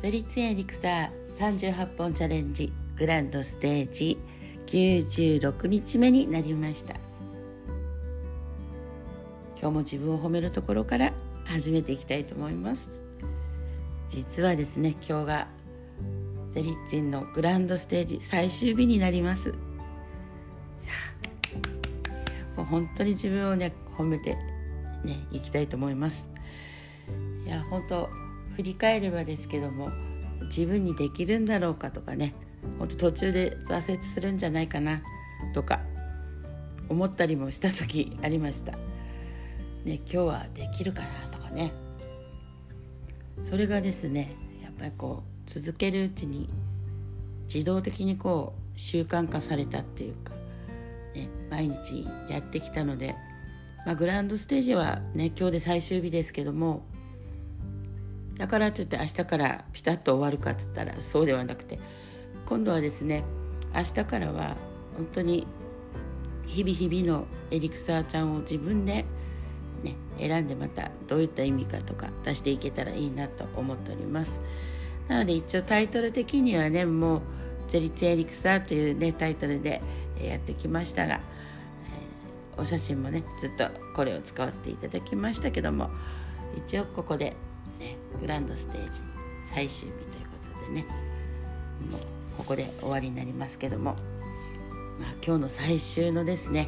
ゼリツエリクサー38本チャレンジグランドステージ96日目になりました。今日も自分を褒めるところから始めていきたいと思います。実はですね、今日がゼリツェンのグランドステージ最終日になります。もう本当に自分をね褒めてねいきたいと思います。いや本当振り返ればですけども、自分にできるんだろうかとかね、本当途中で挫折するんじゃないかなとか思ったりもした時ありましたね。今日はできるかなとかね。それがですね、やっぱり続けるうちに自動的に習慣化されたっていうか、ね、毎日やってきたので、グランドステージはね今日で最終日ですけども、だからといって明日からピタッと終わるかっつったらそうではなくて、今度はですね明日からは本当に日々のエリクサーちゃんを自分で、ね、選んでまたどういった意味かとか出していけたらいいなと思っております。なので一応タイトル的にはね、もうゼリツエリクサーというねタイトルでやってきましたが、お写真もねずっとこれを使わせていただきましたけども、一応ここでグランドステージ最終日ということでね、もうここで終わりになりますけども、今日の最終のですね、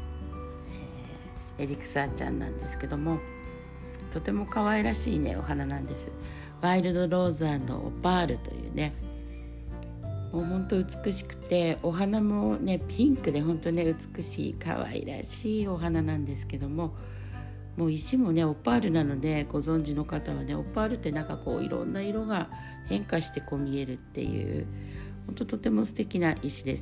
エリクサーちゃんなんですけども、とても可愛らしいねお花なんです。ワイルドローズ&オパールというね、もう本当美しくて、お花もねピンクで本当ね美しい可愛らしいお花なんですけども、もう石もねオパールなので、ご存知の方はね、オパールってなんかいろんな色が変化して見えるっていう、本当とても素敵な石です。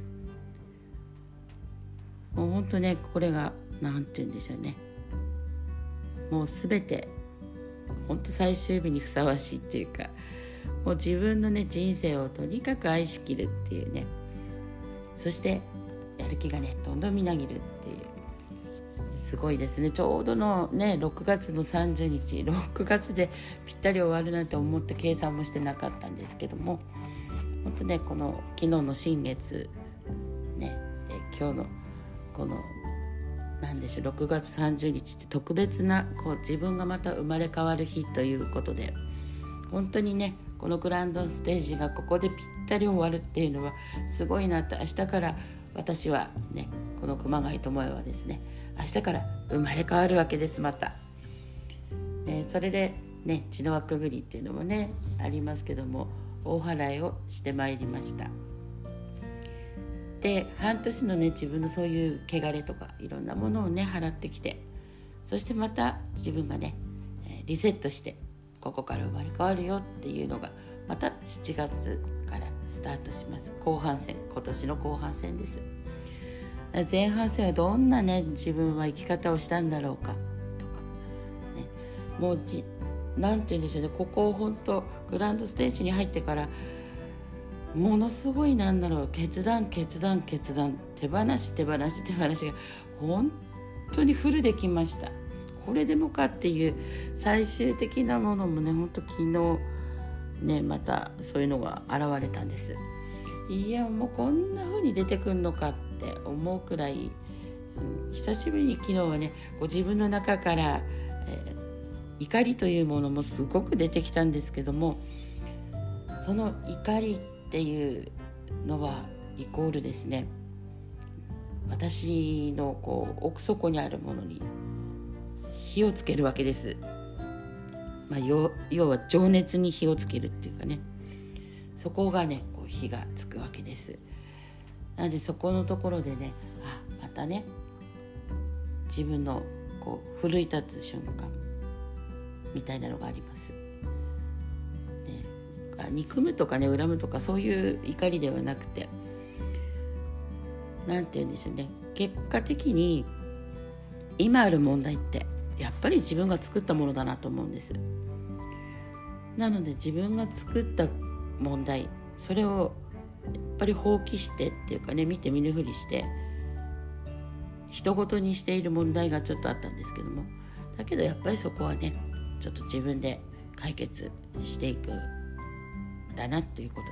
もう本当ね、これがなんて言うんでしょうね、もうすべて本当最終日にふさわしいっていうか、もう自分のね人生をとにかく愛しきるっていうね、そしてやる気がねどんどんみなぎるっていう、すごいですね。ちょうどのね6月の30日6月でぴったり終わるなんて思って計算もしてなかったんですけども、本当ねこの昨日の新月ね、今日のこのなんでしょう、6月30日って特別な自分がまた生まれ変わる日ということで、本当にねこのグランドステージがここでぴったり終わるっていうのはすごいなって。明日から私はね、この熊谷智恵はですね、明日から生まれ変わるわけです。また、それでね血の輪くぐりっていうのもねありますけども、大払いをしてまいりました。で半年のね自分のそういう汚れとかいろんなものをね払ってきて、そしてまた自分がねリセットしてここから生まれ変わるよっていうのがまた7月からスタートします。後半戦、今年の後半戦です。前半戦はどんなね自分は生き方をしたんだろうかとか、ね、もうなんて言うんでしょうね、ここ本当グランドステージに入ってからものすごいなんだろう、決断手放しが本当にフルできました。これでもかっていう最終的なものもね、本当昨日ねまたそういうのが現れたんです。いやもうこんな風に出てくるのかって思うくらい、久しぶりに昨日はね自分の中から、怒りというものもすごく出てきたんですけども、その怒りっていうのはイコールですね、私の奥底にあるものに火をつけるわけです。要は情熱に火をつけるっていうかね、そこがね火がつくわけです。なのでそこのところでね、またね自分の奮い立つ瞬間みたいなのがあります。憎むとかね恨むとかそういう怒りではなくて、なんて言うんでしょうね、結果的に今ある問題ってやっぱり自分が作ったものだなと思うんです。なので自分が作った問題、それをやっぱり放棄してっていうかね、見て見ぬふりして人ごとにしている問題がちょっとあったんですけども、だけどやっぱりそこはねちょっと自分で解決していくだなということ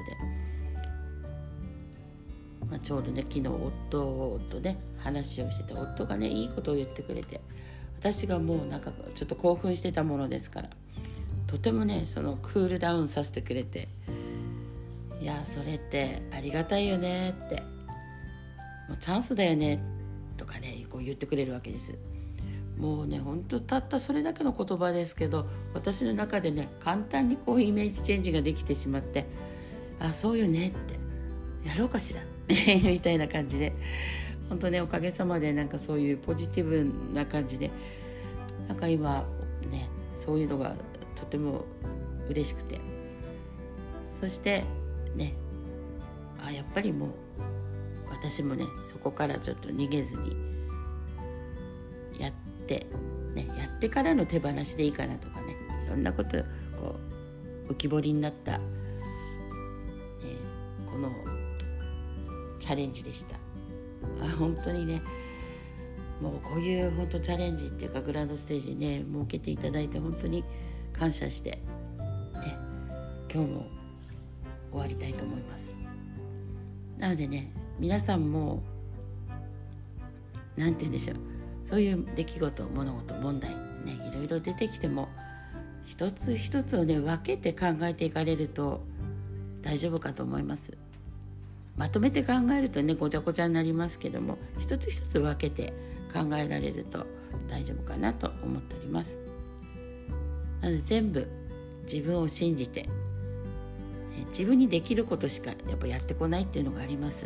で、ちょうどね昨日夫とね話をしてて、夫がねいいことを言ってくれて、私がもうなんかちょっと興奮してたものですから、とてもねそのクールダウンさせてくれて、いやそれってありがたいよねって、もうチャンスだよねとかねこう言ってくれるわけです。もうね本当たったそれだけの言葉ですけど、私の中でね簡単にこうイメージチェンジができてしまって、あそうよねってやろうかしらみたいな感じで、本当ねおかげさまでなんかそういうポジティブな感じで、なんか今ねそういうのがとても嬉しくて、そしてねやっぱりもう私もねそこからちょっと逃げずにやってからの手放しでいいかなとかね、いろんなことこう浮き彫りになった、このチャレンジでした。本当にねもうこういう本当チャレンジっていうかグランドステージにね設けていただいて本当に感謝して、ね、今日も終わりたいと思います。なのでね皆さんもなんて言うんでしょう、そういう出来事物事問題ねいろいろ出てきても一つ一つをね分けて考えていかれると大丈夫かと思います。まとめて考えるとねごちゃごちゃになりますけども、一つ一つ分けて考えられると大丈夫かなと思っております。なので全部自分を信じて、自分にできることしかやっぱやってこないっていうのがあります。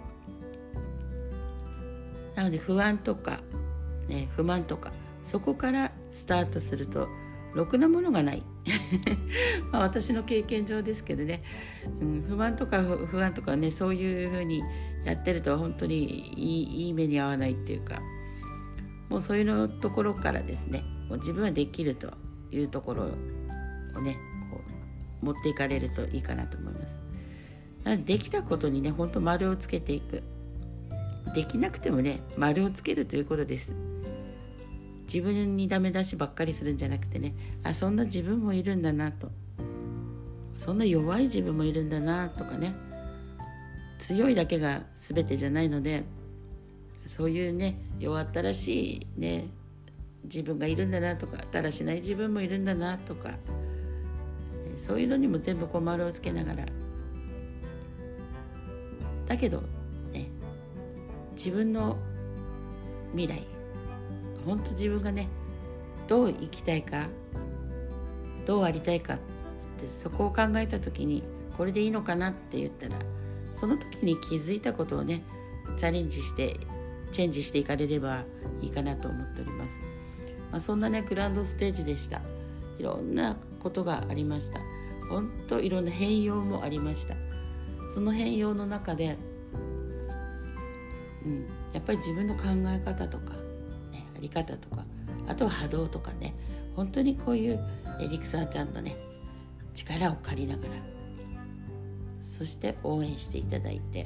なので不安とか、不満とかそこからスタートするとろくなものがない私の経験上ですけどね、不満とか不安とかねそういうふうにやってると本当にいい目に遭わないっていうか、もうそういうのところからですね、もう自分はできるというところをねこう持っていかれるといいかなと思います。なのでできたことにね本当丸をつけていく、できなくてもね丸をつけるということです。自分にダメ出しばっかりするんじゃなくてね、そんな自分もいるんだなと、そんな弱い自分もいるんだなとかね、強いだけが全てじゃないので、そういうね弱ったらしいね自分がいるんだなとか、だらしない自分もいるんだなとか、そういうのにも全部こう丸をつけながら、だけどね自分の未来、本当自分がねどう生きたいかどうありたいかってそこを考えた時にこれでいいのかなって言ったら、その時に気づいたことをねチャレンジしてチェンジしていかれればいいかなと思っております。そんなねグランドステージでした。いろんなことがありました。本当いろんな変容もありました。その変容の中で、やっぱり自分の考え方とか、あり方とか、あとは波動とかね、本当にこういうリクサーちゃんのね力を借りながら、そして応援していただいて、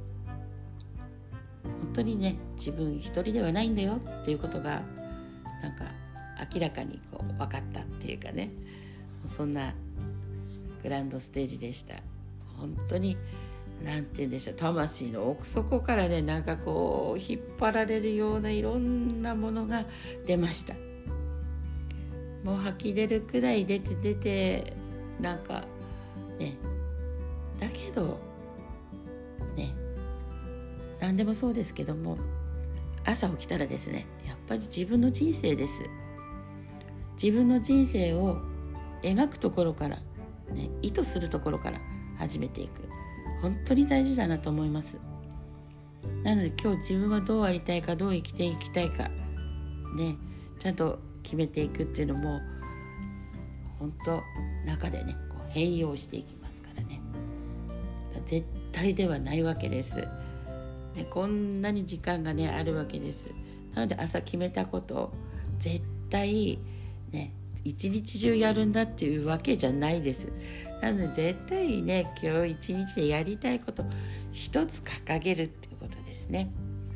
本当にね自分一人ではないんだよっていうことがなんか明らかにこう分かったっていうかね、そんなグランドステージでした。本当になんて言うんでしょう、魂の奥底からねなんかこう引っ張られるようないろんなものが出ました。もう吐き出るくらい出てなんかね、だけどね、何でもそうですけども、朝起きたらですねやっぱり自分の人生です。自分の人生を描くところから、意図するところから始めていく、本当に大事だなと思います。なので今日自分はどうありたいか、どう生きていきたいかね、ちゃんと決めていくっていうのも本当中でねこう変容していきますからね。絶対ではないわけです、こんなに時間がねあるわけです。なので朝決めたことを絶対ね一日中やるんだっていうわけじゃないです。なので絶対ね今日一日でやりたいこと一つ掲げるっていうことですね。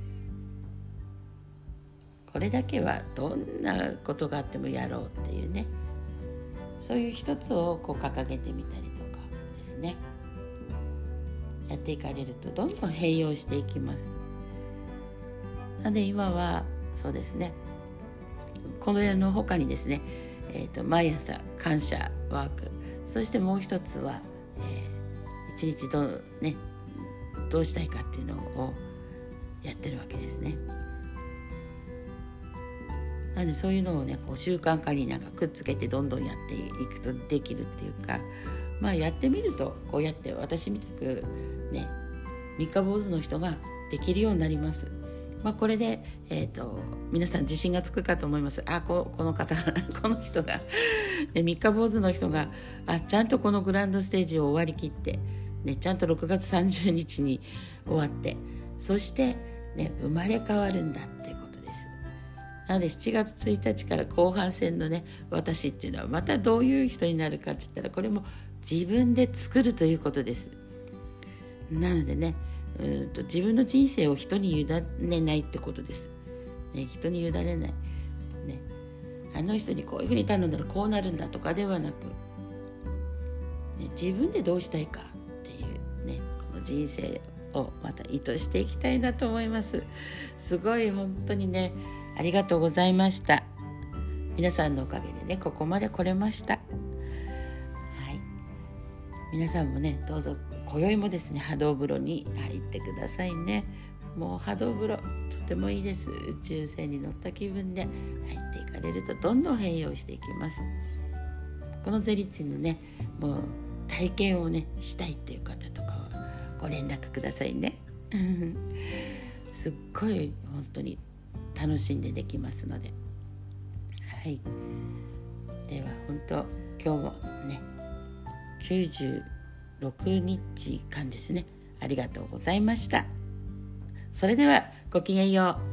これだけはどんなことがあってもやろうっていうね、そういう一つをこう掲げてみたりとかですね。 やっていかれるとどんどん併用していきます。なので今はそうですね、これの他にですね、毎朝感謝ワーク、そしてもう一つは、一日どうしたいかっていうのをやってるわけですね。なのでそういうのをね、こう習慣化にくっつけてどんどんやっていくとできるっていうか、やってみるとこうやって私みたくね、三日坊主の人ができるようになります。これで、皆さん自信がつくかと思います。この方この人が三日坊主の人がちゃんとこのグランドステージを終わりきって、ちゃんと6月30日に終わって、そして、生まれ変わるんだっていうことです。なので7月1日から後半戦のね、私っていうのはまたどういう人になるかって言ったら、これも自分で作るということです。なのでね、自分の人生を人に委ねないってことです、人に委ねない、あの人にこういうふうに頼んだらこうなるんだとかではなく、自分でどうしたいかっていうこの人生をまた意図していきたいなと思います。すごい本当にね、ありがとうございました。皆さんのおかげでね、ここまで来れました。皆さんもね、どうぞ今宵もですね、波動風呂に入ってくださいね。もう波動風呂とてもいいです。宇宙船に乗った気分で入っていかれるとどんどん変容していきます。このゼリツィのね、もう体験をねしたいっていう方とかはご連絡くださいねすっごい本当に楽しんでできますので、では本当今日もね96日間ですね、ありがとうございました。それではごきげんよう。